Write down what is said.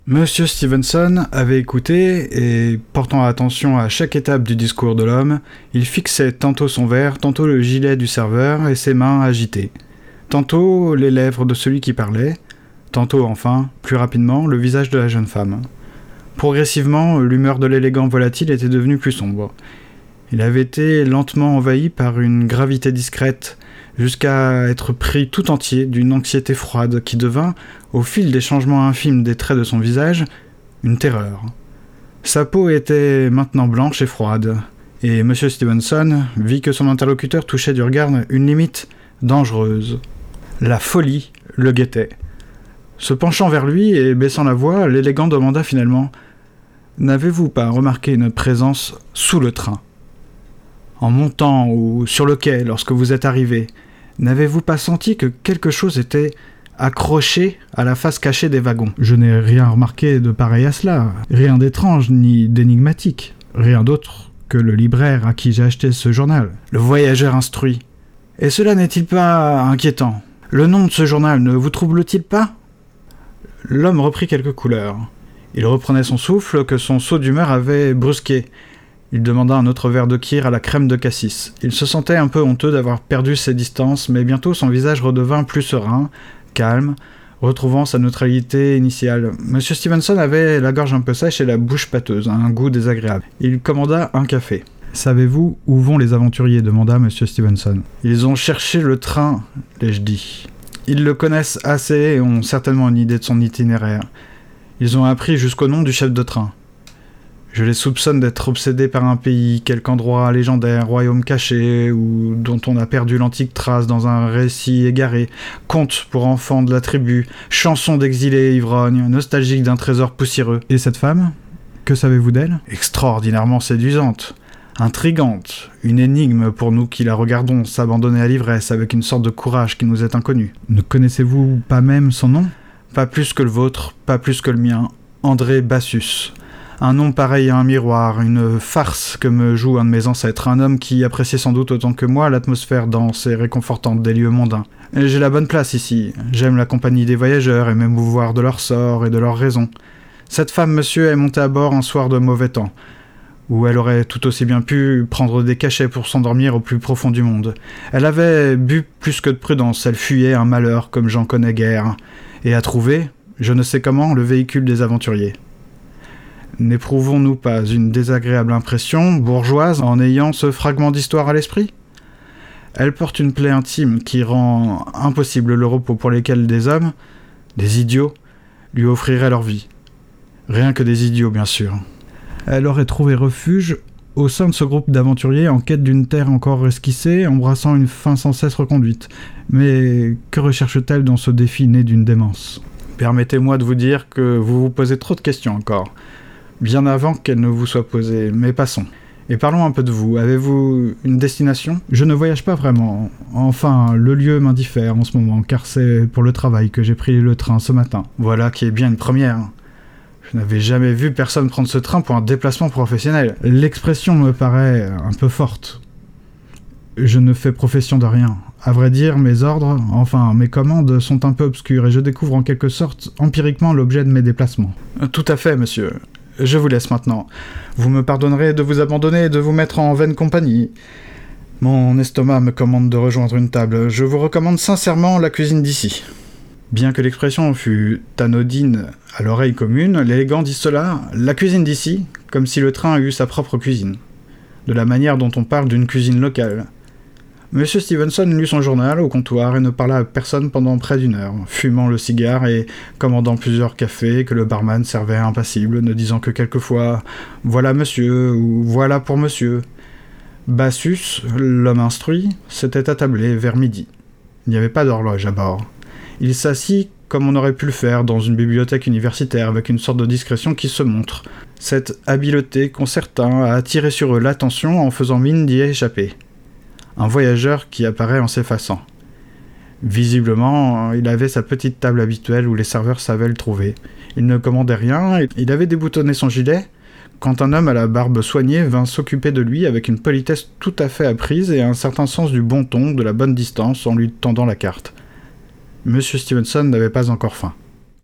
Monsieur Stevenson avait écouté, et portant attention à chaque étape du discours de l'homme, il fixait tantôt son verre, tantôt le gilet du serveur et ses mains agitées. Tantôt les lèvres de celui qui parlait, tantôt enfin, plus rapidement, le visage de la jeune femme. Progressivement, l'humeur de l'élégant volatile était devenue plus sombre. Il avait été lentement envahi par une gravité discrète, jusqu'à être pris tout entier d'une anxiété froide qui devint, au fil des changements infimes des traits de son visage, une terreur. Sa peau était maintenant blanche et froide, et M. Stevenson vit que son interlocuteur touchait du regard une limite dangereuse. La folie le guettait. Se penchant vers lui et baissant la voix, l'élégant demanda finalement « N'avez-vous pas remarqué une présence sous le train ? En montant ou sur le quai lorsque vous êtes arrivé, n'avez-vous pas senti que quelque chose était accroché à la face cachée des wagons ? Je n'ai rien remarqué de pareil à cela, rien d'étrange ni d'énigmatique, rien d'autre que le libraire à qui j'ai acheté ce journal, le voyageur instruit. Et cela n'est-il pas inquiétant ? Le nom de ce journal ne vous trouble-t-il pas ? L'homme reprit quelques couleurs. Il reprenait son souffle que son saut d'humeur avait brusqué. Il demanda un autre verre de kir à la crème de cassis. Il se sentait un peu honteux d'avoir perdu ses distances, mais bientôt son visage redevint plus serein, calme, retrouvant sa neutralité initiale. Monsieur Stevenson avait la gorge un peu sèche et la bouche pâteuse, un goût désagréable. Il commanda un café. « Savez-vous où vont les aventuriers ?» demanda Monsieur Stevenson. « Ils ont cherché le train, l'ai-je dit. Ils le connaissent assez et ont certainement une idée de son itinéraire. Ils ont appris jusqu'au nom du chef de train. Je les soupçonne d'être obsédés par un pays, quelque endroit légendaire, royaume caché, ou dont on a perdu l'antique trace dans un récit égaré, conte pour enfants de la tribu, chanson d'exilés ivrognes, nostalgique d'un trésor poussiéreux. Et cette femme ? Que savez-vous d'elle ? Extraordinairement séduisante, intrigante, une énigme pour nous qui la regardons s'abandonner à l'ivresse avec une sorte de courage qui nous est inconnu. Ne connaissez-vous pas même son nom ? Pas plus que le vôtre, pas plus que le mien, André Bassus. Un nom pareil à un miroir, une farce que me joue un de mes ancêtres, un homme qui appréciait sans doute autant que moi l'atmosphère dense et réconfortante des lieux mondains. Et j'ai la bonne place ici, j'aime la compagnie des voyageurs et m'émouvoir de leur sort et de leurs raisons. Cette femme, monsieur, est montée à bord un soir de mauvais temps, où elle aurait tout aussi bien pu prendre des cachets pour s'endormir au plus profond du monde. Elle avait bu plus que de prudence, elle fuyait un malheur comme j'en connais guère, et a trouvé, je ne sais comment, le véhicule des aventuriers. N'éprouvons-nous pas une désagréable impression, bourgeoise, en ayant ce fragment d'histoire à l'esprit ? Elle porte une plaie intime qui rend impossible le repos pour lesquels des hommes, des idiots, lui offriraient leur vie. Rien que des idiots, bien sûr. Elle aurait trouvé refuge au sein de ce groupe d'aventuriers en quête d'une terre encore esquissée, embrassant une fin sans cesse reconduite. Mais que recherche-t-elle dans ce défi né d'une démence ? Permettez-moi de vous dire que vous vous posez trop de questions encore. Bien avant qu'elle ne vous soit posée, mais passons. Et parlons un peu de vous. Avez-vous une destination ? Je ne voyage pas vraiment. Enfin, le lieu m'indiffère en ce moment, car c'est pour le travail que j'ai pris le train ce matin. Voilà qui est bien une première. Je n'avais jamais vu personne prendre ce train pour un déplacement professionnel. L'expression me paraît un peu forte. Je ne fais profession de rien. À vrai dire, mes ordres, enfin mes commandes, sont un peu obscures et je découvre en quelque sorte empiriquement l'objet de mes déplacements. Tout à fait, monsieur. Je vous laisse maintenant. Vous me pardonnerez de vous abandonner et de vous mettre en vaine compagnie. Mon estomac me commande de rejoindre une table. Je vous recommande sincèrement la cuisine d'ici. Bien que l'expression fût anodine à l'oreille commune, l'élégant dit cela, la cuisine d'ici, comme si le train eût sa propre cuisine. De la manière dont on parle d'une cuisine locale. Monsieur Stevenson lut son journal au comptoir et ne parla à personne pendant près d'une heure, fumant le cigare et commandant plusieurs cafés que le barman servait impassible, ne disant que quelquefois « Voilà monsieur » ou « Voilà pour monsieur ». Bassus, l'homme instruit, s'était attablé vers midi. Il n'y avait pas d'horloge à bord. Il s'assit comme on aurait pu le faire dans une bibliothèque universitaire avec une sorte de discrétion qui se montre. Cette habileté concerta à attirer sur eux l'attention en faisant mine d'y échapper. Un voyageur qui apparaît en s'effaçant. Visiblement, il avait sa petite table habituelle où les serveurs savaient le trouver. Il ne commandait rien, il avait déboutonné son gilet, quand un homme à la barbe soignée vint s'occuper de lui avec une politesse tout à fait apprise et un certain sens du bon ton, de la bonne distance, en lui tendant la carte. Monsieur Stevenson n'avait pas encore faim.